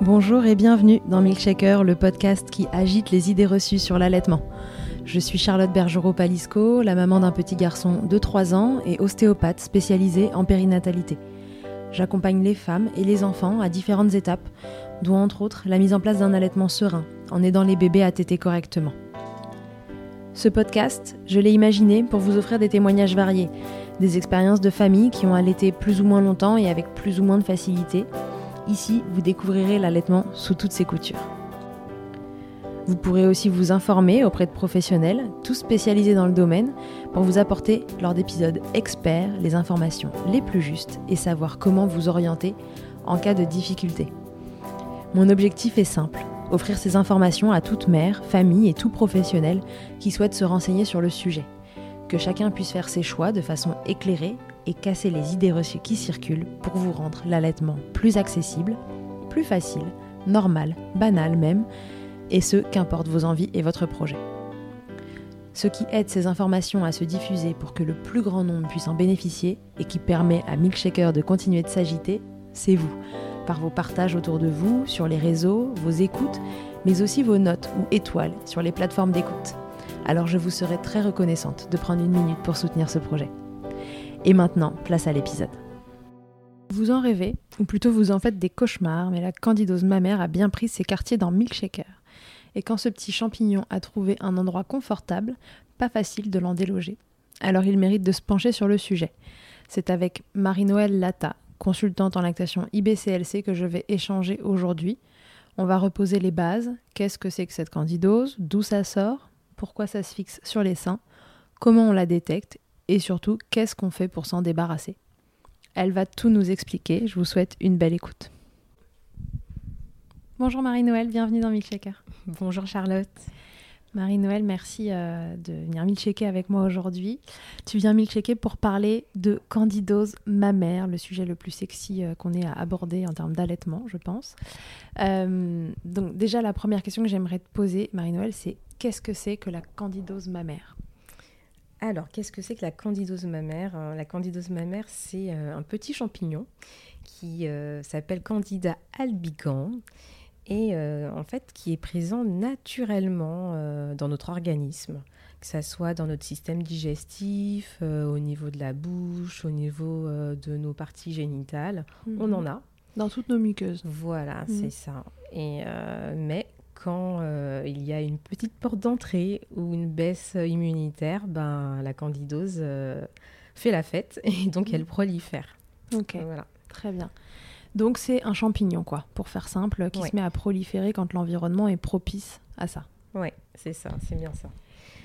Bonjour et bienvenue dans Milkshaker, le podcast qui agite les idées reçues sur l'allaitement. Je suis Charlotte Bergerot-Palisco, la maman d'un petit garçon de 3 ans et ostéopathe spécialisée en périnatalité. J'accompagne les femmes et les enfants à différentes étapes, dont entre autres la mise en place d'un allaitement serein, en aidant les bébés à téter correctement. Ce podcast, je l'ai imaginé pour vous offrir des témoignages variés, des expériences de familles qui ont allaité plus ou moins longtemps et avec plus ou moins de facilité. Ici, vous découvrirez l'allaitement sous toutes ses coutures. Vous pourrez aussi vous informer auprès de professionnels, tous spécialisés dans le domaine, pour vous apporter, lors d'épisodes experts, les informations les plus justes et savoir comment vous orienter en cas de difficulté. Mon objectif est simple, offrir ces informations à toute mère, famille et tout professionnel qui souhaite se renseigner sur le sujet. Que chacun puisse faire ses choix de façon éclairée et casser les idées reçues qui circulent pour vous rendre l'allaitement plus accessible, plus facile, normal, banal même, et ce, qu'importe vos envies et votre projet. Ce qui aide ces informations à se diffuser pour que le plus grand nombre puisse en bénéficier et qui permet à Milkshaker de continuer de s'agiter, c'est vous, par vos partages autour de vous, sur les réseaux, vos écoutes, mais aussi vos notes ou étoiles sur les plateformes d'écoute. Alors je vous serai très reconnaissante de prendre une minute pour soutenir ce projet. Et maintenant, place à l'épisode. Vous en rêvez, ou plutôt vous en faites des cauchemars, mais la candidose mammaire a bien pris ses quartiers dans Milkshaker. Et quand ce petit champignon a trouvé un endroit confortable, pas facile de l'en déloger. Alors il mérite de se pencher sur le sujet. C'est avec Marie-Noëlle Latta, consultante en lactation IBCLC, que je vais échanger aujourd'hui. On va reposer les bases. Qu'est-ce que c'est que cette candidose? D'où ça sort? Pourquoi ça se fixe sur les seins? Comment on la détecte? Et surtout, qu'est-ce qu'on fait pour s'en débarrasser? Elle va tout nous expliquer. Je vous souhaite une belle écoute. Bonjour Marie-Noëlle, bienvenue dans Milkshaker. Bonjour Charlotte. Marie-Noëlle, merci de venir milkshaker avec moi aujourd'hui. Tu viens milkshaker pour parler de candidose mammaire, le sujet le plus sexy qu'on ait à aborder en termes d'allaitement, je pense. Donc déjà, la première question que j'aimerais te poser, Marie-Noëlle, c'est qu'est-ce que c'est que la candidose mammaire ? Alors, qu'est-ce que c'est que la candidose mammaire ? La candidose mammaire, c'est un petit champignon qui s'appelle Candida albicans et en fait qui est présent naturellement dans notre organisme, que ça soit dans notre système digestif, au niveau de la bouche, au niveau de nos parties génitales, on en a. Dans toutes nos muqueuses. Voilà, c'est ça. Et, mais quand il y a une petite porte d'entrée ou une baisse immunitaire, la candidose fait la fête et donc elle prolifère. Ok, voilà. Très bien. Donc c'est un champignon, quoi, pour faire simple, qui se met à proliférer quand l'environnement est propice à ça. Oui, c'est ça, c'est bien ça.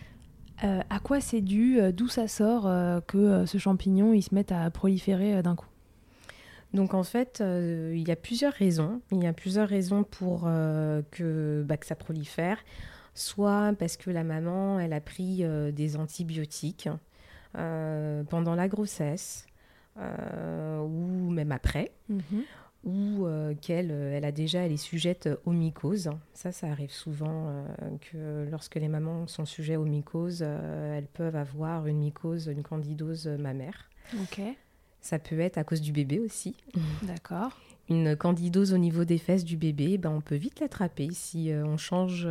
À quoi c'est dû, d'où ça sort que ce champignon il se mette à proliférer d'un coup? Donc en fait, il y a plusieurs raisons. Il y a plusieurs raisons pour que ça prolifère. Soit parce que la maman, elle a pris des antibiotiques pendant la grossesse ou même après. Ou qu'elle est sujette aux mycoses. Ça arrive souvent que lorsque les mamans sont sujettes aux mycoses, elles peuvent avoir une mycose, une candidose mammaire. Ok. Ça peut être à cause du bébé aussi. D'accord. Une candidose au niveau des fesses du bébé, on peut vite l'attraper si on change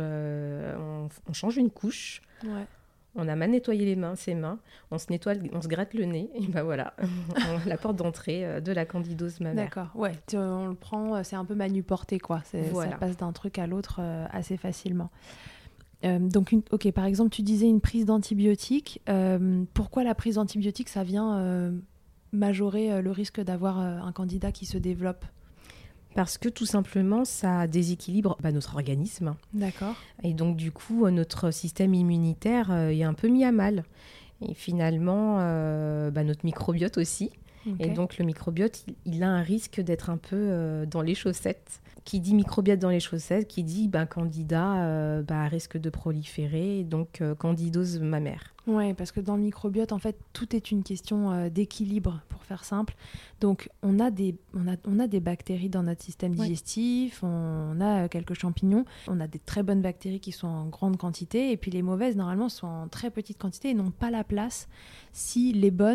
une couche. Ouais. On a mal nettoyé ses mains, on se nettoie, on se gratte le nez, et voilà, la porte d'entrée de la candidose mammaire. D'accord, ouais, on le prend, c'est un peu manuporté, quoi. Voilà. Ça passe d'un truc à l'autre assez facilement. Donc, par exemple, tu disais une prise d'antibiotiques. Pourquoi la prise d'antibiotiques, ça vient majorer le risque d'avoir un candida qui se développe? Parce que tout simplement, ça déséquilibre notre organisme. D'accord. Et donc, du coup, notre système immunitaire est un peu mis à mal. Et finalement, notre microbiote aussi. Okay. Et donc, le microbiote, il a un risque d'être un peu dans les chaussettes. Qui dit microbiote dans les chaussettes, qui dit candida risque de proliférer, donc candidose mammaire. Oui, parce que dans le microbiote, en fait, tout est une question d'équilibre, pour faire simple. Donc, on a des bactéries dans notre système digestif, on a quelques champignons, on a des très bonnes bactéries qui sont en grande quantité, et puis les mauvaises, normalement, sont en très petite quantité et n'ont pas la place si les bonnes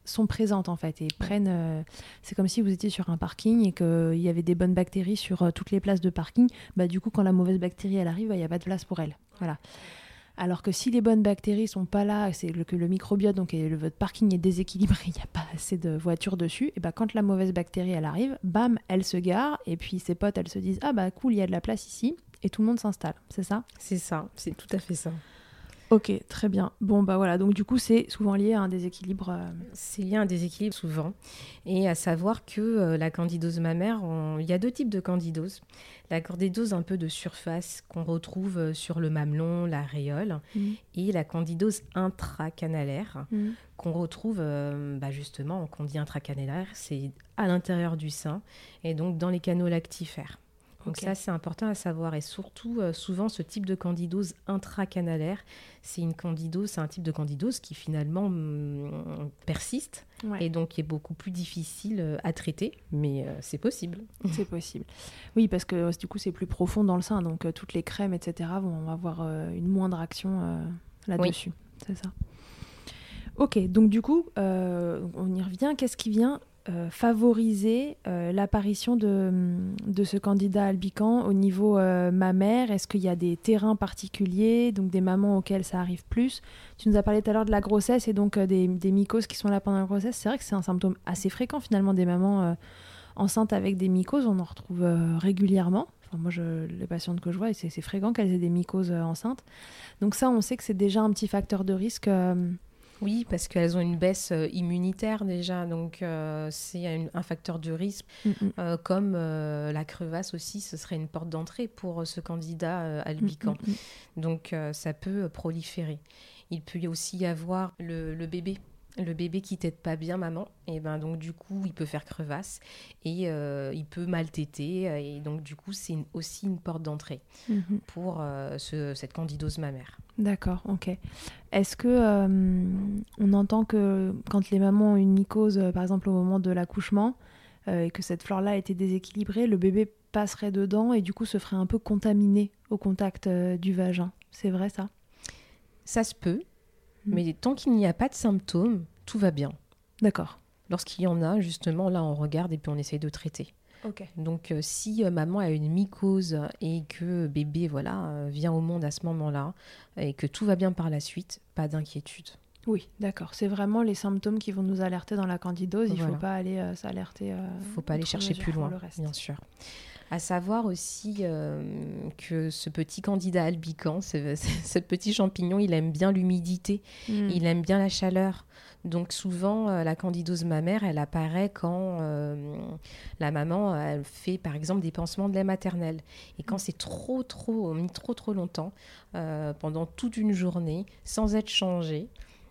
sont présentes en fait et prennent. C'est comme si vous étiez sur un parking et qu'il y avait des bonnes bactéries sur toutes les places de parking. Du coup, quand la mauvaise bactérie elle arrive, il n'y a pas de place pour elle. Voilà. Alors que si les bonnes bactéries sont pas là, que le microbiote, donc votre parking est déséquilibré, il n'y a pas assez de voitures dessus, et quand la mauvaise bactérie elle arrive, bam, elle se gare, et puis ses potes elles se disent cool, il y a de la place ici, et tout le monde s'installe, c'est ça ? C'est ça, c'est tout à fait ça. Ok, très bien. Bon, voilà. Donc, du coup, c'est souvent lié à un déséquilibre. C'est lié à un déséquilibre souvent. Et à savoir que la candidose mammaire, il y a 2 types de candidose. La candidose un peu de surface qu'on retrouve sur le mamelon, l'aréole, et la candidose intracanalaire qu'on retrouve justement, quand on dit intracanalaire, c'est à l'intérieur du sein et donc dans les canaux lactifères. Donc ça, c'est important à savoir. Et surtout, souvent, ce type de candidose intracanalaire, c'est un type de candidose qui finalement persiste et donc qui est beaucoup plus difficile à traiter, mais c'est possible. C'est possible. Oui, parce que du coup, c'est plus profond dans le sein, donc toutes les crèmes, etc., vont avoir une moindre action là-dessus. Oui. C'est ça. Ok, donc du coup, on y revient. Qu'est-ce qui vient favoriser l'apparition de ce candidat albicans au niveau mammaire? Est-ce qu'il y a des terrains particuliers, donc des mamans auxquelles ça arrive plus? Tu nous as parlé tout à l'heure de la grossesse et donc des mycoses qui sont là pendant la grossesse. C'est vrai que c'est un symptôme assez fréquent finalement des mamans enceintes avec des mycoses. On en retrouve régulièrement. Enfin, moi, les patientes que je vois, c'est fréquent qu'elles aient des mycoses enceintes. Donc ça, on sait que c'est déjà un petit facteur de risque. Oui, parce qu'elles ont une baisse immunitaire déjà, donc c'est un facteur de risque. Comme la crevasse aussi, ce serait une porte d'entrée pour ce candidat albicans. Donc ça peut proliférer. Il peut aussi y avoir le bébé. Le bébé qui tète pas bien maman, et donc du coup il peut faire crevasse et il peut mal téter et donc du coup c'est aussi une porte d'entrée pour cette candidose mammaire. D'accord, ok. Est-ce que on entend que quand les mamans ont une mycose, par exemple au moment de l'accouchement, et que cette flore-là a été déséquilibrée, le bébé passerait dedans et du coup se ferait un peu contaminer au contact du vagin? C'est vrai ça? Ça se peut. Mais tant qu'il n'y a pas de symptômes, tout va bien. D'accord. Lorsqu'il y en a, justement, là, on regarde et puis on essaye de traiter. Okay. Donc, si maman a une mycose et que bébé vient au monde à ce moment-là et que tout va bien par la suite, pas d'inquiétude. Oui, d'accord. C'est vraiment les symptômes qui vont nous alerter dans la candidose. Il ne faut pas aller s'alerter. Il ne faut pas aller chercher plus loin, bien sûr. À savoir aussi que ce petit candidat albicans, ce petit champignon, il aime bien l'humidité, il aime bien la chaleur. Donc souvent, la candidose mammaire, elle apparaît quand la maman elle fait par exemple des pansements de lait maternel. Et quand c'est trop longtemps, pendant toute une journée, sans être changé,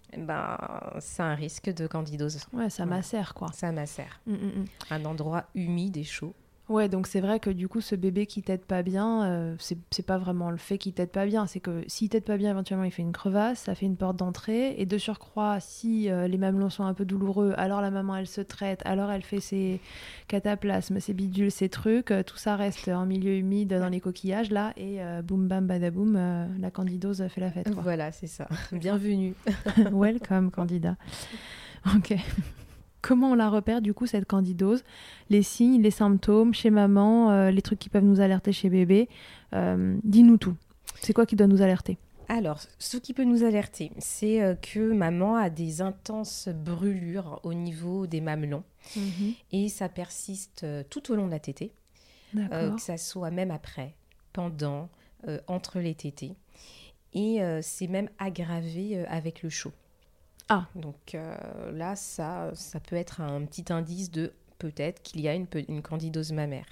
c'est un risque de candidose. Ouais, ça macère quoi. Ça macère. Un endroit humide et chaud. Ouais, donc c'est vrai que du coup, ce bébé qui tète pas bien, c'est pas vraiment le fait qu'il tète pas bien, c'est que s'il tète pas bien, éventuellement, il fait une crevasse, ça fait une porte d'entrée, et de surcroît, si les mamelons sont un peu douloureux, alors la maman, elle se traite, alors elle fait ses cataplasmes, ses bidules, ses trucs, tout ça reste en milieu humide dans les coquillages, là, et boum bam badaboum, la candidose fait la fête, quoi. Voilà, c'est ça. Bienvenue. Welcome, candidat. Ok. Comment on la repère, du coup, cette candidose? Les signes, les symptômes, chez maman, les trucs qui peuvent nous alerter chez bébé. Dis-nous tout. C'est quoi qui doit nous alerter? Alors, ce qui peut nous alerter, c'est que maman a des intenses brûlures au niveau des mamelons. Et ça persiste tout au long de la tétée. Que ça soit même après, pendant, entre les tétées. Et c'est même aggravé avec le chaud. Ah. Donc là, ça peut être un petit indice de peut-être qu'il y a une candidose mammaire.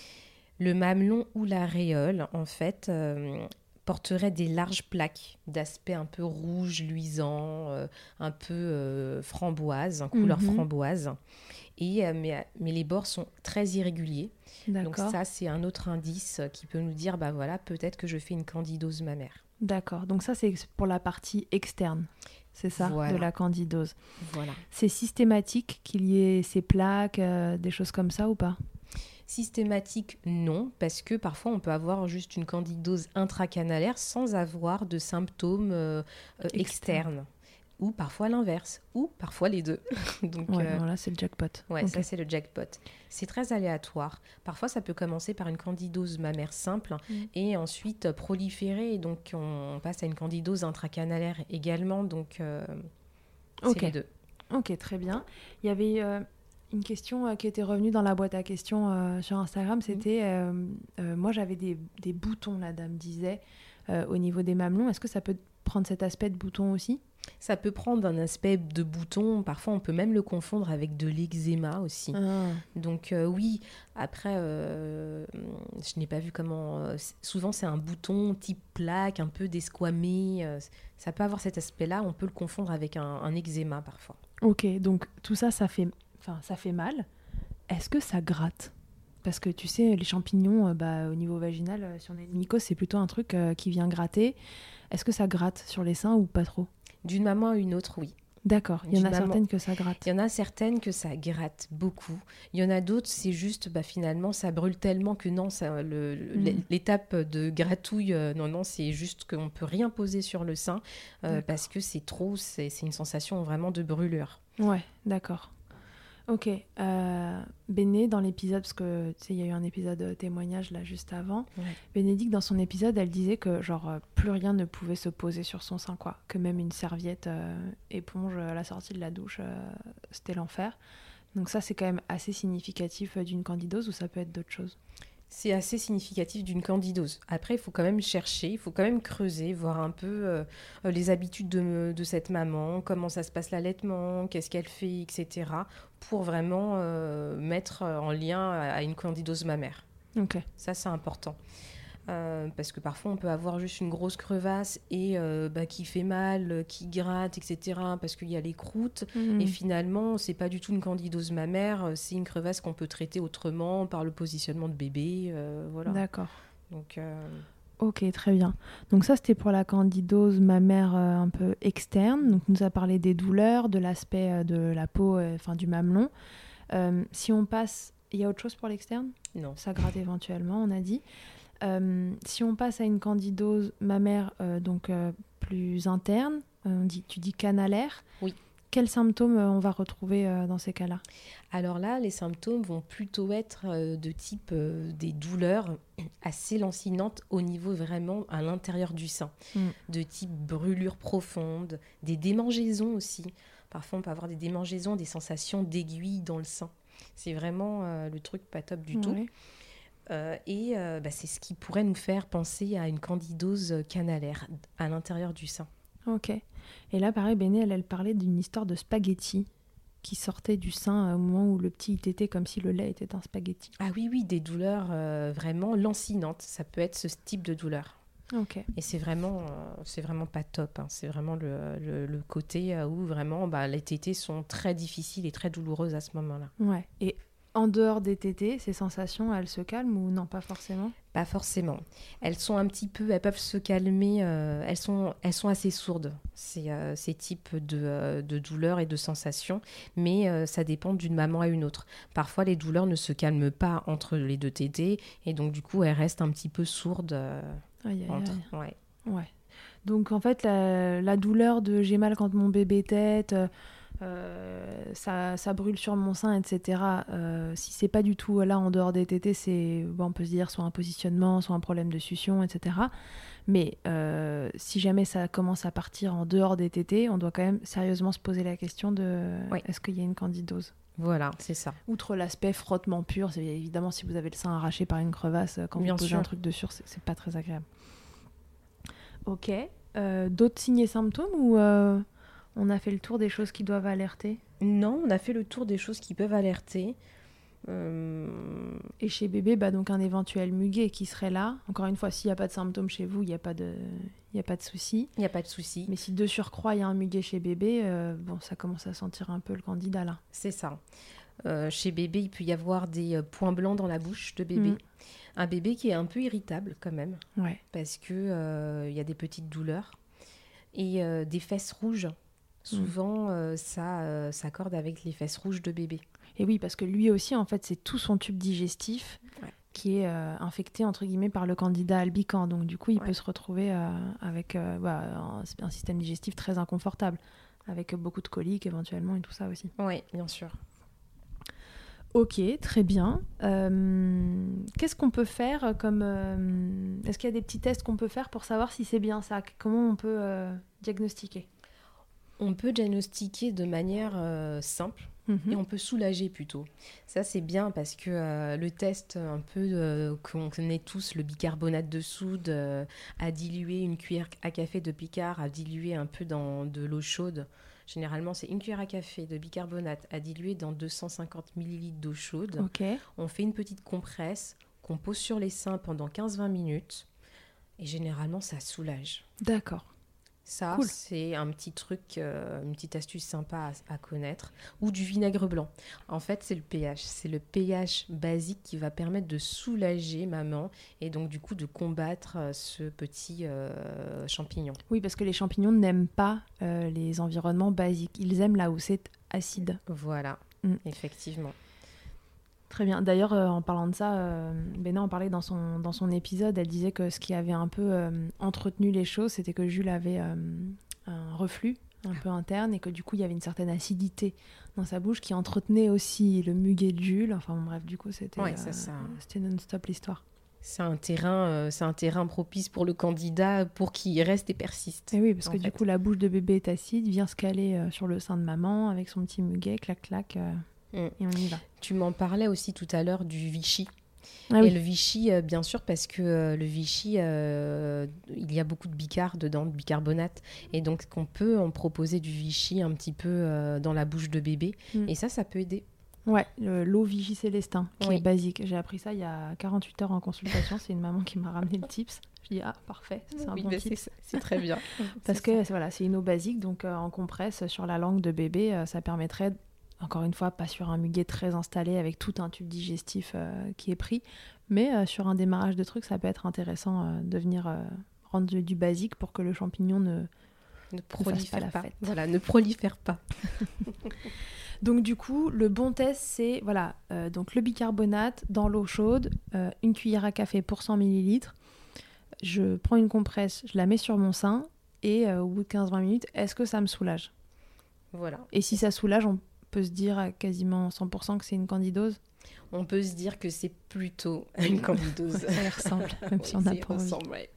Le mamelon ou l'aréole, en fait, porterait des larges plaques d'aspect un peu rouge, luisant, un peu framboise, couleur framboise. Et, mais les bords sont très irréguliers. D'accord. Donc ça, c'est un autre indice qui peut nous dire, peut-être que je fais une candidose mammaire. D'accord. Donc ça, c'est pour la partie externe. C'est ça, de la candidose. Voilà. C'est systématique qu'il y ait ces plaques, des choses comme ça ou pas? Systématique, non, parce que parfois on peut avoir juste une candidose intracanalaire sans avoir de symptômes externes. ou parfois l'inverse, ou parfois les deux. Donc, là, c'est le jackpot. Ouais, ça, c'est le jackpot. C'est très aléatoire. Parfois, ça peut commencer par une candidose mammaire simple et ensuite proliférer. Donc, on passe à une candidose intracanalaire également. Donc, c'est les deux. Ok, très bien. Il y avait une question qui était revenue dans la boîte à questions sur Instagram. C'était, moi, j'avais des boutons, la dame disait, au niveau des mamelons. Est-ce que ça peut prendre cet aspect de bouton aussi ? Ça peut prendre un aspect de bouton. Parfois, on peut même le confondre avec de l'eczéma aussi. Donc, oui. Après, je n'ai pas vu comment... souvent, c'est un bouton type plaque, un peu desquamé. Ça peut avoir cet aspect-là. On peut le confondre avec un eczéma parfois. Ok, donc tout ça, ça fait mal. Est-ce que ça gratte ? Parce que tu sais, les champignons, au niveau vaginal, si on a une mycose, c'est plutôt un truc qui vient gratter. Est-ce que ça gratte sur les seins ou pas trop ? D'une maman à une autre, oui. D'accord, il y en a certaines que ça gratte. Il y en a certaines que ça gratte beaucoup. Il y en a d'autres, c'est juste, finalement, ça brûle tellement que non, l'étape de gratouille, non, c'est juste qu'on ne peut rien poser sur le sein parce que c'est une sensation vraiment de brûlure. Ouais, d'accord. Ok. Béné, dans l'épisode, parce que tu sais, il y a eu un épisode témoignage là juste avant. Ouais. Bénédicte, dans son épisode, elle disait que plus rien ne pouvait se poser sur son sein, quoi. Que même une serviette éponge à la sortie de la douche, c'était l'enfer. Donc ça, c'est quand même assez significatif d'une candidose ou ça peut être d'autres choses ? C'est assez significatif d'une candidose. Après, il faut quand même chercher, il faut quand même creuser, voir un peu les habitudes de cette maman, comment ça se passe l'allaitement, qu'est-ce qu'elle fait, etc. pour vraiment mettre en lien à une candidose mammaire. Okay. Ça, c'est important. Parce que parfois, on peut avoir juste une grosse crevasse et qui fait mal, qui gratte, etc. parce qu'il y a les croûtes. Et finalement, c'est pas du tout une candidose mammaire. C'est une crevasse qu'on peut traiter autrement par le positionnement de bébé. Voilà. D'accord. Donc, Ok, très bien. Donc ça, c'était pour la candidose mammaire un peu externe. Donc, on nous a parlé des douleurs, de l'aspect de la peau, du mamelon. Si on passe... Il y a autre chose pour l'externe ? Non. Ça gratte éventuellement, on a dit. Si on passe à une candidose mammaire plus interne, tu dis canalaire. Oui. Quels symptômes on va retrouver dans ces cas-là ? Alors là, les symptômes vont plutôt être de type des douleurs assez lancinantes au niveau vraiment à l'intérieur du sein, de type brûlure profonde, des démangeaisons aussi. Parfois, on peut avoir des démangeaisons, des sensations d'aiguille dans le sein. C'est vraiment le truc pas top du tout. C'est ce qui pourrait nous faire penser à une candidose canalaire à l'intérieur du sein. Ok. Et là, pareil, Béné, elle parlait d'une histoire de spaghetti qui sortait du sein au moment où le petit tétait comme si le lait était un spaghetti. Ah oui, des douleurs vraiment lancinantes. Ça peut être ce type de douleur. Ok. Et c'est vraiment pas top. Hein. C'est vraiment le côté où vraiment les tétés sont très difficiles et très douloureuses à ce moment-là. Ouais. Et en dehors des tétés, ces sensations, elles se calment ou non, pas forcément ? Pas forcément. Elles peuvent se calmer. Elles sont assez sourdes, ces types de douleurs et de sensations. Mais ça dépend d'une maman à une autre. Parfois, les douleurs ne se calment pas entre les deux tétés. Et donc, du coup, elles restent un petit peu sourdes. Ouais. Donc, en fait, la douleur de j'ai mal quand mon bébé tète... ça brûle sur mon sein, etc. Si c'est pas du tout là en dehors des tétés, on peut se dire soit un positionnement, soit un problème de succion, etc. Mais si jamais ça commence à partir en dehors des tétés, on doit quand même sérieusement se poser la question de est-ce qu'il y a une candidose ? Voilà, c'est ça. Outre l'aspect frottement pur, c'est évidemment si vous avez le sein arraché par une crevasse, quand vous posez un truc dessus, c'est pas très agréable. Ok. D'autres signes et symptômes ou on a fait le tour des choses qui doivent alerter ? Non, on a fait le tour des choses qui peuvent alerter. Et chez bébé, donc un éventuel muguet qui serait là. Encore une fois, s'il n'y a pas de symptômes chez vous, il n'y a pas de souci. Il n'y a pas de souci. Mais si de surcroît, il y a un muguet chez bébé, ça commence à sentir un peu le candidat là. C'est ça. Chez bébé, il peut y avoir des points blancs dans la bouche de bébé. Un bébé qui est un peu irritable quand même. Ouais. Parce qu'il y a des petites douleurs. Et des fesses rouges. Souvent, ça s'accorde avec les fesses rouges de bébé. Et oui, parce que lui aussi, en fait, c'est tout son tube digestif qui est infecté, entre guillemets, par le candidat albicans. Donc, du coup, il peut se retrouver avec un système digestif très inconfortable avec beaucoup de coliques éventuellement et tout ça aussi. Oui, bien sûr. Ok, très bien. Qu'est-ce qu'on peut faire comme... est-ce qu'il y a des petits tests qu'on peut faire pour savoir si c'est bien ça? Comment on peut diagnostiquer? On peut diagnostiquer de manière simple et on peut soulager plutôt. Ça, c'est bien parce que le test un peu qu'on connaît tous, le bicarbonate de soude à diluer, une cuillère à café de Picard à diluer un peu dans de l'eau chaude. Généralement, c'est une cuillère à café de bicarbonate à diluer dans 250 ml d'eau chaude. Okay. On fait une petite compresse qu'on pose sur les seins pendant 15-20 minutes et généralement, ça soulage. D'accord. Ça, cool. C'est un petit truc, une petite astuce sympa à connaître. Ou du vinaigre blanc. En fait, c'est le pH. C'est le pH basique qui va permettre de soulager maman et donc du coup de combattre ce petit champignon. Oui, parce que les champignons n'aiment pas les environnements basiques. Ils aiment là où c'est acide. Voilà, effectivement. Très bien. D'ailleurs, en parlant de ça, Bénin en parlait dans son épisode. Elle disait que ce qui avait un peu entretenu les choses, c'était que Jules avait un reflux un peu interne et que du coup, il y avait une certaine acidité dans sa bouche qui entretenait aussi le muguet de Jules. Enfin bref, du coup, c'était non-stop l'histoire. C'est un terrain propice pour le candidat pour qu'il reste et persiste. Et oui, parce que du coup, la bouche de bébé est acide, vient se caler sur le sein de maman avec son petit muguet, clac, clac. Et on y va. Tu m'en parlais aussi tout à l'heure du Vichy. Ah oui. Et le Vichy, bien sûr, parce que le Vichy, il y a beaucoup de bicarb dedans, de bicarbonate. Et donc, on peut en proposer du Vichy un petit peu dans la bouche de bébé. Et ça peut aider. Ouais, l'eau Vichy Célestin, qui est basique. J'ai appris ça il y a 48 heures en consultation. C'est une maman qui m'a ramené le tips. Je dis, parfait, c'est un bon tips. C'est très bien. Parce que voilà, c'est une eau basique, donc en compresse sur la langue de bébé, ça permettrait... Encore une fois, pas sur un muguet très installé avec tout un tube digestif qui est pris, mais sur un démarrage de truc, ça peut être intéressant de venir rendre du basique pour que le champignon ne prolifère pas la fête. Voilà, ne prolifère pas. Donc du coup, le bon test, c'est donc le bicarbonate dans l'eau chaude, une cuillère à café pour 100 ml. Je prends une compresse, je la mets sur mon sein et au bout de 15-20 minutes, est-ce que ça me soulage? Voilà. Et si ça soulage, on peut se dire à quasiment 100% que c'est une candidose? On peut se dire que c'est plutôt une candidose. Ça y ressemble, même si on n'a pas envie. Ouais.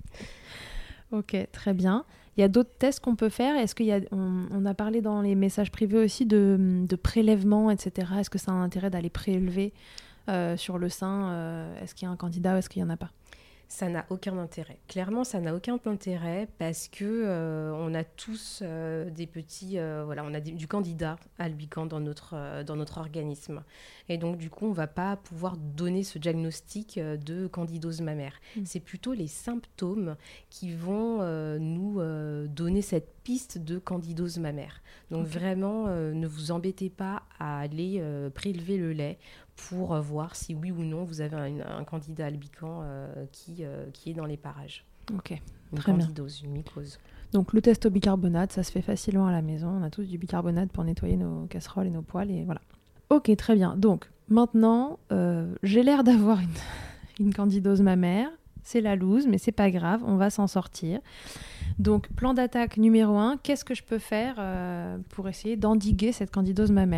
Ok, très bien. Il y a d'autres tests qu'on peut faire. Est-ce qu'il y a, on a parlé dans les messages privés aussi de prélèvements, etc. Est-ce que ça a un intérêt d'aller prélever sur le sein? Est-ce qu'il y a un candidat ou est-ce qu'il n'y en a pas? Ça n'a aucun intérêt. Clairement, ça n'a aucun intérêt parce que on a tous des petits... on a du candidat albicans dans notre organisme. Et donc, du coup, on ne va pas pouvoir donner ce diagnostic de candidose mammaire. C'est plutôt les symptômes qui vont nous donner cette piste de candidose mammaire. Donc, vraiment, ne vous embêtez pas à aller prélever le lait pour voir si oui ou non vous avez un candidat albican qui est dans les parages. Ok, une très candidose, bien. Une mycose. Donc le test au bicarbonate, ça se fait facilement à la maison. On a tous du bicarbonate pour nettoyer nos casseroles et nos poêles et voilà. Ok, très bien. Donc maintenant, j'ai l'air d'avoir une candidose mammaire. C'est la loose, mais c'est pas grave, on va s'en sortir. Donc plan d'attaque numéro 1, qu'est-ce que je peux faire pour essayer d'endiguer cette candidose mammaire ?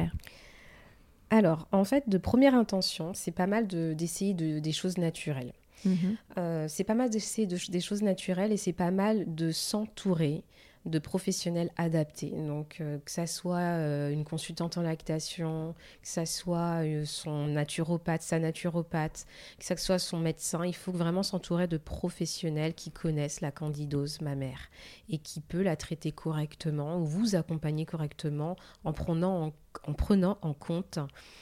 Alors, en fait, de première intention, c'est pas mal d'essayer des choses naturelles. C'est pas mal d'essayer des choses naturelles et c'est pas mal de s'entourer de professionnels adaptés. Donc, que ça soit une consultante en lactation, que ça soit son naturopathe, sa naturopathe, que ça soit son médecin, il faut vraiment s'entourer de professionnels qui connaissent la candidose mammaire et qui peut la traiter correctement ou vous accompagner correctement en prenant en compte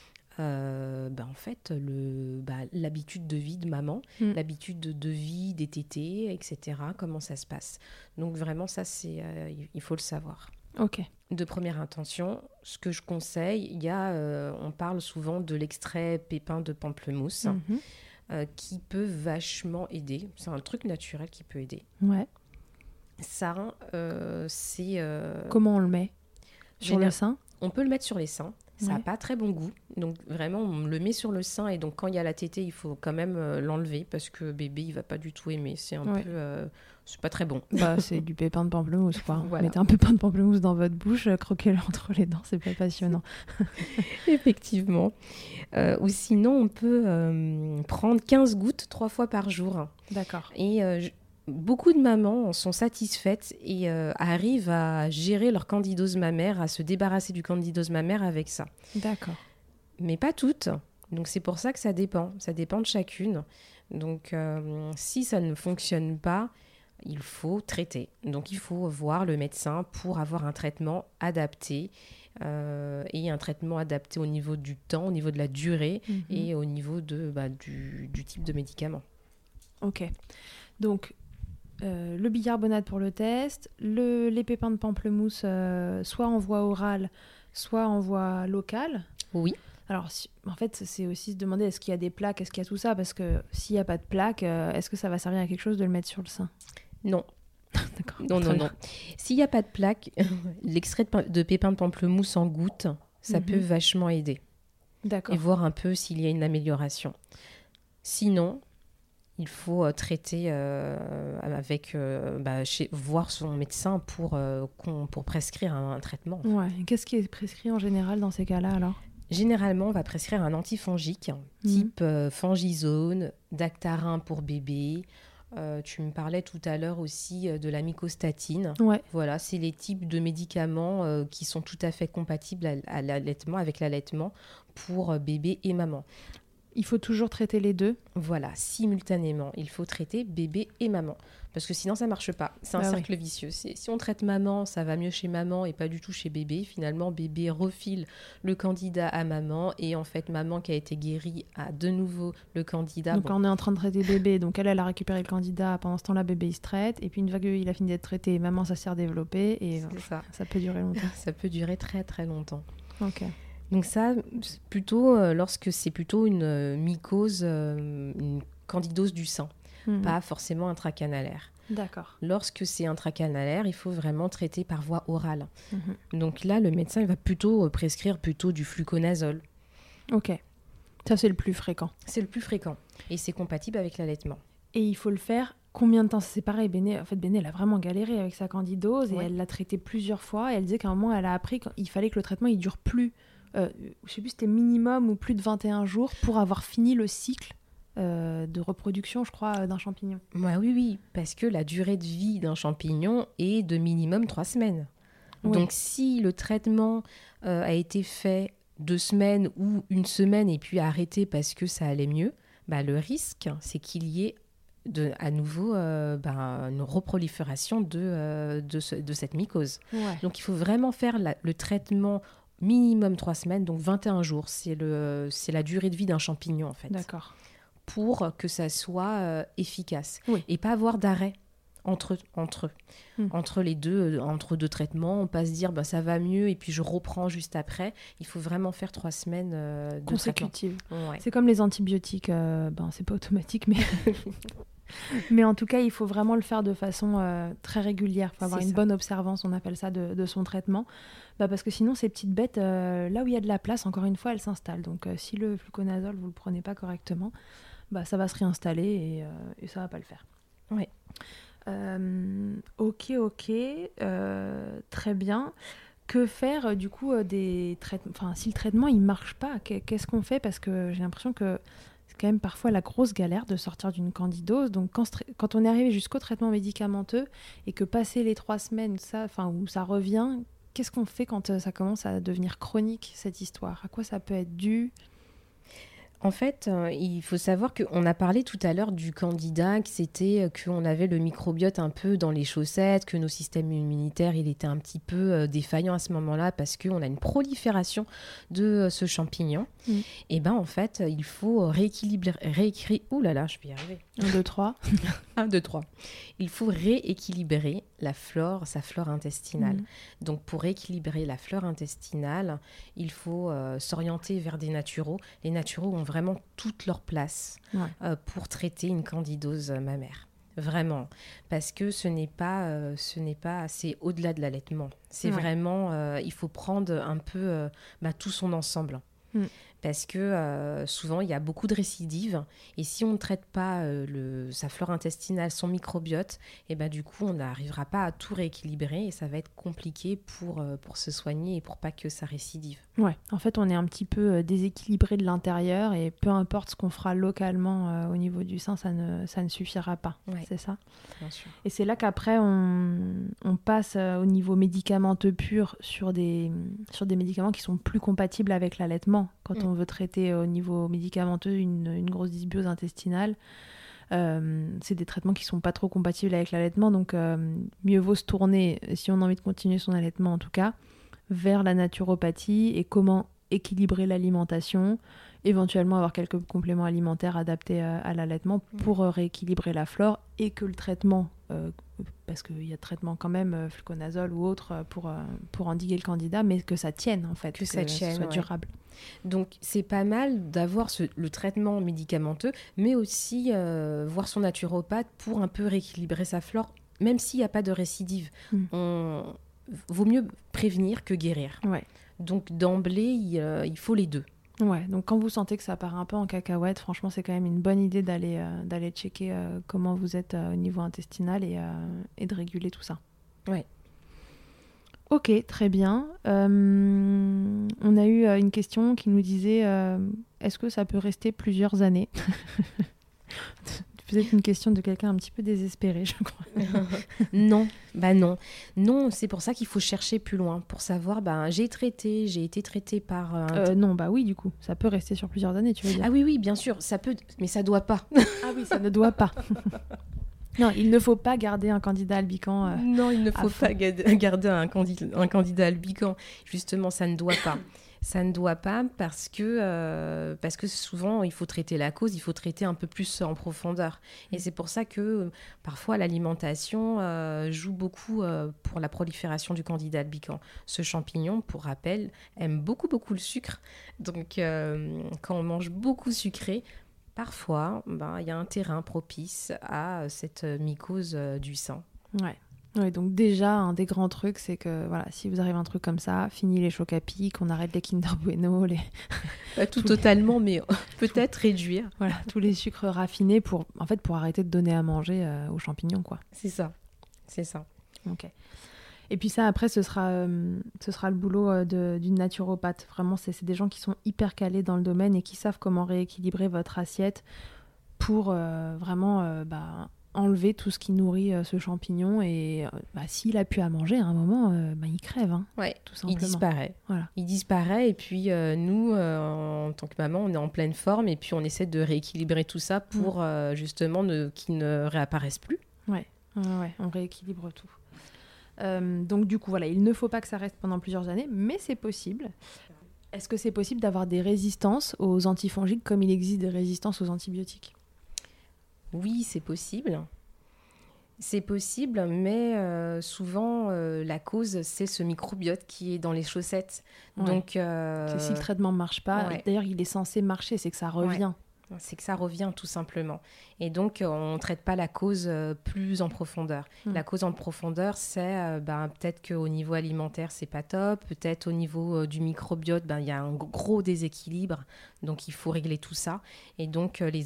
en fait l'habitude de vie de maman, l'habitude de vie des tétés, etc. Comment ça se passe. Donc vraiment ça c'est il faut le savoir. Ok. De première intention, ce que je conseille, on parle souvent de l'extrait pépin de pamplemousse qui peut vachement aider. C'est un truc naturel qui peut aider. Ouais. Ça c'est comment on le met sur le sein? On peut le mettre sur les seins. Ça n'a pas très bon goût. Donc, vraiment, on le met sur le sein. Et donc, quand il y a la tétée, il faut quand même l'enlever parce que bébé, il ne va pas du tout aimer. C'est un peu... c'est pas très bon. Bah, c'est du pépin de pamplemousse, quoi. Voilà. Mettez un pépin de pamplemousse dans votre bouche, croquez-le entre les dents, c'est pas passionnant. Effectivement. Ou sinon, on peut prendre 15 gouttes 3 fois par jour. D'accord. Et beaucoup de mamans sont satisfaites et arrivent à gérer leur candidose mammaire, à se débarrasser du candidose mammaire avec ça. D'accord. Mais pas toutes. Donc c'est pour ça que ça dépend. Ça dépend de chacune. Donc si ça ne fonctionne pas, il faut traiter. Donc il faut voir le médecin pour avoir un traitement adapté. Et un traitement adapté au niveau du temps, au niveau de la durée et au niveau du type de médicament. Ok. Donc, le bicarbonate pour le test, les pépins de pamplemousse, soit en voie orale, soit en voie locale. Oui. Alors, en fait, c'est aussi se demander est-ce qu'il y a des plaques, est-ce qu'il y a tout ça, parce que s'il n'y a pas de plaques, est-ce que ça va servir à quelque chose de le mettre sur le sein ? Non. D'accord. Non. S'il n'y a pas de plaque, l'extrait de pépins de pamplemousse en gouttes, ça peut vachement aider. D'accord. Et voir un peu s'il y a une amélioration. Sinon, il faut traiter voir son médecin pour prescrire un traitement. Ouais. Qu'est-ce qui est prescrit en général dans ces cas-là alors ? Généralement, on va prescrire un antifongique type Fangizone, Dactarin pour bébé. Tu me parlais tout à l'heure aussi de la mycostatine. Ouais. Voilà, c'est les types de médicaments qui sont tout à fait compatibles avec l'allaitement pour bébé et maman. Il faut toujours traiter les deux. Voilà, simultanément. Il faut traiter bébé et maman. Parce que sinon, ça ne marche pas. C'est un cercle vicieux. Si on traite maman, ça va mieux chez maman et pas du tout chez bébé. Finalement, bébé refile le candidat à maman. Et en fait, maman qui a été guérie a de nouveau le candidat. Donc, on est en train de traiter bébé. Donc, elle a récupéré le candidat. Pendant ce temps-là, bébé, il se traite. Et puis, une fois qu'il a fini d'être traité, maman, ça s'est redéveloppé. Et ça peut durer longtemps. Ça peut durer très, très longtemps. Ok. Donc ça, plutôt lorsque c'est plutôt une mycose, une candidose du sein, pas forcément intracanalaire. D'accord. Lorsque c'est intracanalaire, il faut vraiment traiter par voie orale. Donc là, le médecin il va plutôt prescrire du fluconazole. Ok. Ça, c'est le plus fréquent. C'est le plus fréquent et c'est compatible avec l'allaitement. Et il faut le faire combien de temps ? C'est pareil, Béné, elle a vraiment galéré avec sa candidose et elle l'a traité plusieurs fois. Et elle disait qu'à un moment, elle a appris qu'il fallait que le traitement il dure plus. Je sais plus, c'était minimum ou plus de 21 jours pour avoir fini le cycle de reproduction, je crois, d'un champignon. Oui, parce que la durée de vie d'un champignon est de minimum 3 semaines. Oui. Donc, si le traitement a été fait 2 semaines ou 1 semaine et puis arrêté parce que ça allait mieux, le risque, c'est qu'il y ait à nouveau une reprolifération de cette mycose. Ouais. Donc, il faut vraiment faire le traitement minimum 3 semaines, donc 21 jours. C'est la durée de vie d'un champignon, en fait. D'accord. Pour que ça soit efficace. Oui. Et pas avoir d'arrêt entre les deux, entre 2 traitements. On pas se dire, ça va mieux et puis je reprends juste après. Il faut vraiment faire 3 semaines de consécutives. Ouais. C'est comme les antibiotiques. C'est pas automatique, mais... Mais en tout cas, il faut vraiment le faire de façon très régulière. Il faut avoir une bonne observance, on appelle ça, de son traitement. Parce que sinon, ces petites bêtes, là où il y a de la place, encore une fois, elles s'installent. Donc, si le fluconazole, vous ne le prenez pas correctement, ça va se réinstaller et ça ne va pas le faire. Oui. Ok. Très bien. Que faire, du coup, des traitements... Enfin, si le traitement, il ne marche pas, qu'est-ce qu'on fait ? Parce que j'ai l'impression que c'est quand même parfois la grosse galère de sortir d'une candidose. Donc, quand on est arrivé jusqu'au traitement médicamenteux et que passer les 3 semaines, où ça revient, qu'est-ce qu'on fait quand ça commence à devenir chronique, cette histoire ? À quoi ça peut être dû ? En fait, il faut savoir qu'on a parlé tout à l'heure du candidat, que c'était qu'on avait le microbiote un peu dans les chaussettes, que nos systèmes immunitaires, il était un petit peu défaillant à ce moment-là parce qu'on a une prolifération de ce champignon. Et en fait, il faut rééquilibrer... Ouh là là, je vais y arriver. 1, 2, 3. 1, 2, 3. Il faut rééquilibrer sa flore intestinale. Donc, pour rééquilibrer la flore intestinale, il faut s'orienter vers des naturaux. Les naturaux ont vraiment toute leur place pour traiter une candidose mammaire. Vraiment, parce que ce n'est pas, c'est au-delà de l'allaitement. C'est vraiment, il faut prendre un peu tout son ensemble. Parce que souvent, il y a beaucoup de récidives. Et si on ne traite pas sa flore intestinale, son microbiote, et du coup, on n'arrivera pas à tout rééquilibrer. Et ça va être compliqué pour se soigner et pour pas que ça récidive. Ouais, en fait, on est un petit peu déséquilibré de l'intérieur. Et peu importe ce qu'on fera localement au niveau du sein, ça ne suffira pas. Ouais. C'est ça. Bien sûr. Et c'est là qu'après, on passe au niveau médicamenteux pur sur des médicaments qui sont plus compatibles avec l'allaitement. Quand on veut traiter au niveau médicamenteux une grosse dysbiose intestinale, c'est des traitements qui ne sont pas trop compatibles avec l'allaitement. Donc, mieux vaut se tourner, si on a envie de continuer son allaitement en tout cas, vers la naturopathie et comment équilibrer l'alimentation, éventuellement avoir quelques compléments alimentaires adaptés à l'allaitement pour rééquilibrer la flore et que le traitement, parce qu'il y a de traitements quand même, fluconazole ou autre, pour endiguer le candida, mais que ça tienne en fait, que ça tienne, soit durable. Donc c'est pas mal d'avoir le traitement médicamenteux, mais aussi voir son naturopathe pour un peu rééquilibrer sa flore, même s'il n'y a pas de récidive. Vaut mieux prévenir que guérir. Ouais. Donc d'emblée, il faut les deux. Ouais, donc quand vous sentez que ça part un peu en cacahuète, franchement, c'est quand même une bonne idée d'aller checker comment vous êtes au niveau intestinal et de réguler tout ça. Ouais. Ok, très bien. On a eu une question qui nous disait est-ce que ça peut rester plusieurs années? Vous êtes une question de quelqu'un un petit peu désespéré, je crois. Non, non. Non, c'est pour ça qu'il faut chercher plus loin, pour savoir, j'ai été traitée par... Non, oui, du coup, ça peut rester sur plusieurs années, tu veux dire? Ah oui, bien sûr, ça peut, mais ça doit pas. Ah oui, ça ne doit pas. Non, il ne faut pas garder un candidat albicans. Non, il ne faut pas garder un candidat albicans. Justement, ça ne doit pas. Ça ne doit pas parce que souvent, il faut traiter la cause, il faut traiter un peu plus en profondeur. Et c'est pour ça que parfois l'alimentation joue beaucoup pour la prolifération du candida albicans. Ce champignon, pour rappel, aime beaucoup, beaucoup le sucre. Donc, quand on mange beaucoup sucré, parfois, il y a un terrain propice à cette mycose du sein. Ouais. Oui, donc déjà, un des grands trucs, c'est que voilà, si vous arrive un truc comme ça, fini les chocs à pic, on arrête les Kinder Bueno, pas tout totalement, mais peut-être réduire. Voilà, tous les sucres raffinés pour arrêter de donner à manger aux champignons, quoi. C'est ça. Ok. Et puis ça, après, ce sera le boulot d'une naturopathe. Vraiment, c'est des gens qui sont hyper calés dans le domaine et qui savent comment rééquilibrer votre assiette pour vraiment enlever tout ce qui nourrit ce champignon. Et s'il a plus à manger, à un moment, il crève, ouais, tout simplement. Il disparaît. Voilà. Il disparaît et puis nous, en tant que maman, on est en pleine forme et puis on essaie de rééquilibrer tout ça pour justement qu'il ne réapparaisse plus. Ouais, on rééquilibre tout. Donc du coup, voilà, il ne faut pas que ça reste pendant plusieurs années, mais c'est possible. Est-ce que c'est possible d'avoir des résistances aux antifongiques comme il existe des résistances aux antibiotiques ? Oui, c'est possible. C'est possible, mais souvent, la cause, c'est ce microbiote qui est dans les chaussettes. Ouais. Donc, c'est si le traitement ne marche pas, ouais. D'ailleurs, il est censé marcher, c'est que ça revient. Ouais. C'est que ça revient, tout simplement. Et donc, on ne traite pas la cause plus en profondeur. La cause en profondeur, c'est peut-être qu'au niveau alimentaire, c'est pas top. Peut-être au niveau du microbiote, il y a un gros déséquilibre. Donc, il faut régler tout ça. Et donc, les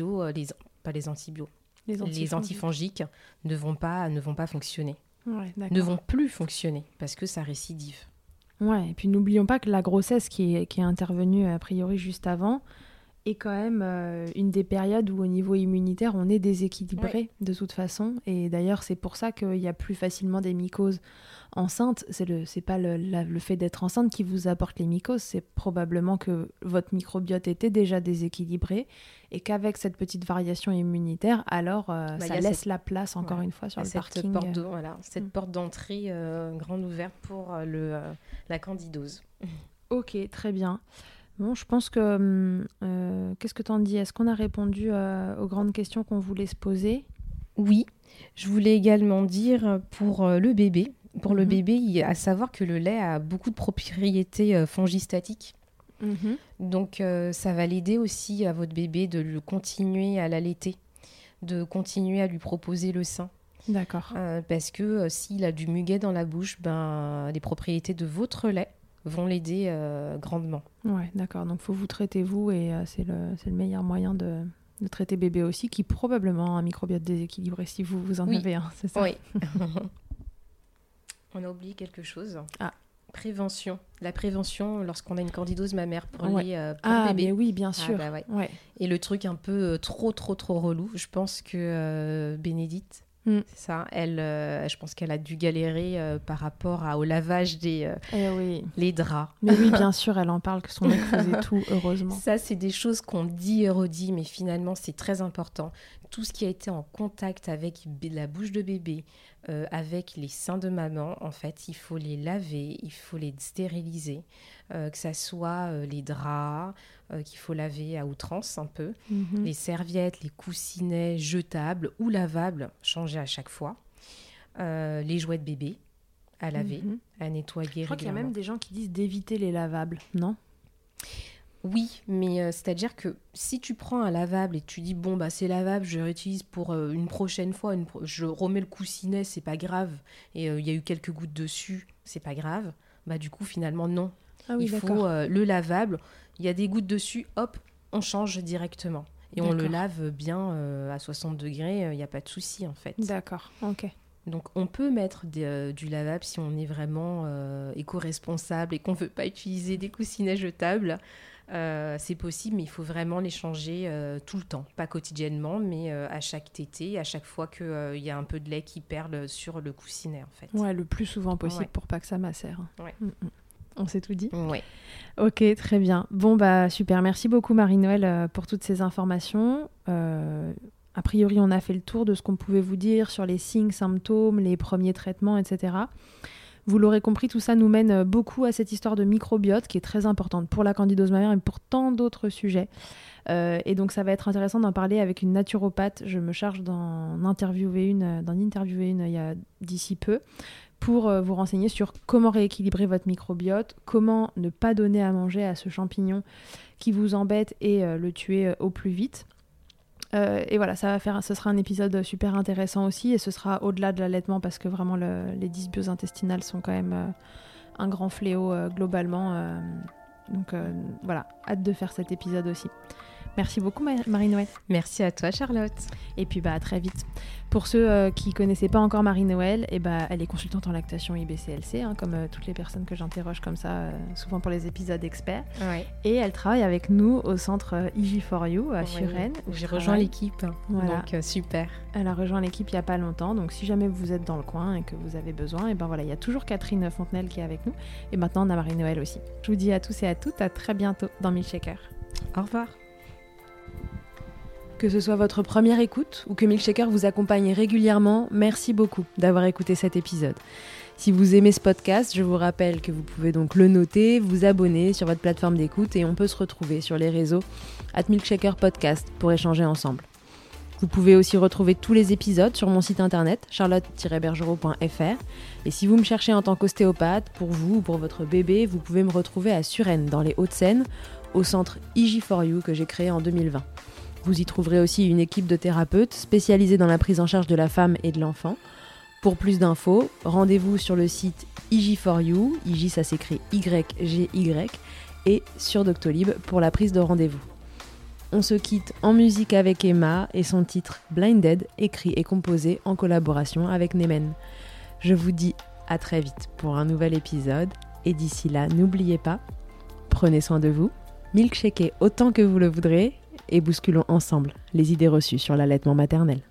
antifongiques ne vont pas fonctionner. Ouais, ne vont plus fonctionner parce que ça récidive. Ouais, et puis n'oublions pas que la grossesse qui est intervenue a priori juste avant est quand même une des périodes où au niveau immunitaire on est déséquilibré de toute façon. Et d'ailleurs c'est pour ça qu'il y a plus facilement des mycoses enceintes. C'est pas le fait d'être enceinte qui vous apporte les mycoses, c'est probablement que votre microbiote était déjà déséquilibré et qu'avec cette petite variation immunitaire, alors ça laisse la place encore une fois sur le parking. Cette porte d'entrée grande ouverte pour la candidose. Ok, très bien. Bon, je pense que... qu'est-ce que t'en dis ? Est-ce qu'on a répondu aux grandes questions qu'on voulait se poser ? Oui. Je voulais également dire pour le bébé. Pour le bébé, à savoir que le lait a beaucoup de propriétés fongistatiques. Donc, ça va l'aider aussi à votre bébé de le continuer à l'allaiter. de continuer à lui proposer le sein. D'accord. Parce que s'il a du muguet dans la bouche, les propriétés de votre lait vont l'aider grandement. Ouais, d'accord. Donc, il faut vous traiter vous et c'est le meilleur moyen de traiter bébé aussi, qui probablement a un microbiote déséquilibré si vous en avez un, c'est ça? Oui. On a oublié quelque chose. Prévention. La prévention lorsqu'on a une candidose mammaire pour les bébés. Mais oui, bien sûr. Ouais. Et le truc un peu trop relou, je pense que Bénédicte, c'est ça, je pense qu'elle a dû galérer par rapport au lavage les draps. Mais oui, bien sûr, elle en parle que son mec faisait tout, heureusement. Ça, c'est des choses qu'on dit et redit, mais finalement, c'est très important. Tout ce qui a été en contact avec la bouche de bébé, avec les seins de maman, en fait, il faut les laver, il faut les stériliser, que ça soit les draps, qu'il faut laver à outrance un peu, les serviettes, les coussinets jetables ou lavables, changer à chaque fois, les jouets de bébé à laver, à nettoyer régulièrement. Je crois qu'il y a même des gens qui disent d'éviter les lavables, non ? Oui, mais c'est-à-dire que si tu prends un lavable et tu dis c'est lavable, je le réutilise pour une prochaine fois, je remets le coussinet, c'est pas grave, et il y a eu quelques gouttes dessus, c'est pas grave, du coup finalement non. Il faut le lavable, il y a des gouttes dessus, hop, on change directement. Et on le lave bien à 60 degrés, il n'y a pas de souci en fait. D'accord, ok. Donc on peut mettre du lavable si on est vraiment éco-responsable et qu'on ne veut pas utiliser des coussinets jetables. C'est possible, mais il faut vraiment les changer tout le temps. Pas quotidiennement, mais à chaque tétée, à chaque fois qu'il y a un peu de lait qui perle sur le coussinet en fait. Ouais, le plus souvent possible pour pas que ça macère. Ouais. On s'est tout dit ? Ouais. Ok, très bien. Bon, super. Merci beaucoup Marie-Noëlle pour toutes ces informations. A priori, on a fait le tour de ce qu'on pouvait vous dire sur les signes, symptômes, les premiers traitements, etc. Vous l'aurez compris, tout ça nous mène beaucoup à cette histoire de microbiote qui est très importante pour la candidose mammaire et pour tant d'autres sujets. Et donc, ça va être intéressant d'en parler avec une naturopathe. Je me charge d'en interviewer une d'ici peu pour vous renseigner sur comment rééquilibrer votre microbiote, comment ne pas donner à manger à ce champignon qui vous embête et le tuer au plus vite. Et voilà, ce sera un épisode super intéressant aussi, et ce sera au-delà de l'allaitement parce que vraiment les dysbioses intestinales sont quand même un grand fléau globalement. Donc voilà, hâte de faire cet épisode aussi. Merci beaucoup Marie-Noëlle. Merci à toi Charlotte. Et puis à très vite. Pour ceux qui ne connaissaient pas encore Marie-Noëlle, elle est consultante en lactation IBCLC, comme toutes les personnes que j'interroge comme ça, souvent pour les épisodes experts. Ouais. Et elle travaille avec nous au centre IG4U à Suresnes. J'ai rejoint l'équipe, voilà. Donc super. Elle a rejoint l'équipe il n'y a pas longtemps, donc si jamais vous êtes dans le coin et que vous avez besoin, il y a toujours Catherine Fontenelle qui est avec nous. Et maintenant on a Marie-Noëlle aussi. Je vous dis à tous et à toutes, à très bientôt dans Milkshaker. Au revoir. Que ce soit votre première écoute ou que Milkshaker vous accompagne régulièrement, merci beaucoup d'avoir écouté cet épisode. Si vous aimez ce podcast, je vous rappelle que vous pouvez donc le noter, vous abonner sur votre plateforme d'écoute et on peut se retrouver sur les réseaux @milkshakerpodcast pour échanger ensemble. Vous pouvez aussi retrouver tous les épisodes sur mon site internet charlotte-bergerot.fr et si vous me cherchez en tant qu'ostéopathe, pour vous ou pour votre bébé, vous pouvez me retrouver à Suresnes dans les Hauts-de-Seine au centre IG4U que j'ai créé en 2020. Vous y trouverez aussi une équipe de thérapeutes spécialisés dans la prise en charge de la femme et de l'enfant. Pour plus d'infos, rendez-vous sur le site IG4U, IG ça s'écrit YGY, et sur Doctolib pour la prise de rendez-vous. On se quitte en musique avec Emma et son titre Blinded, écrit et composé en collaboration avec Nemen. Je vous dis à très vite pour un nouvel épisode, et d'ici là, n'oubliez pas, prenez soin de vous, milkshakez autant que vous le voudrez, et bousculons ensemble les idées reçues sur l'allaitement maternel.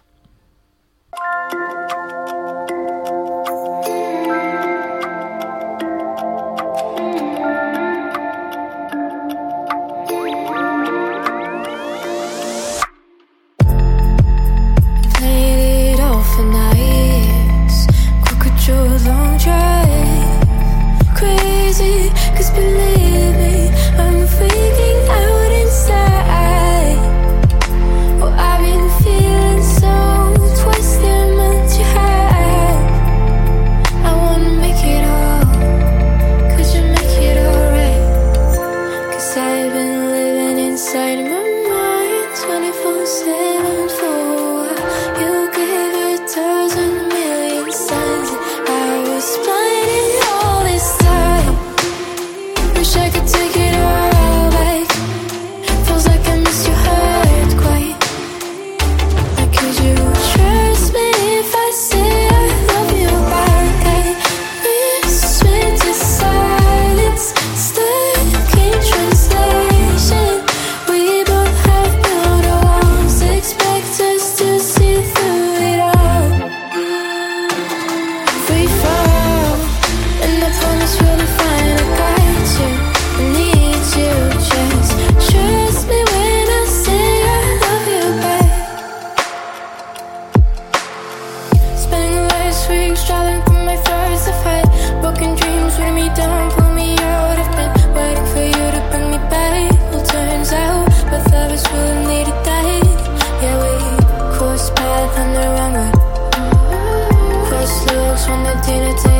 So broken dreams, weighing me down, pull me out. I've been waiting for you to bring me back. Well, turns out both of us really needed that. Yeah, we crossed paths on the wrong way. Cross looks when the dinner table.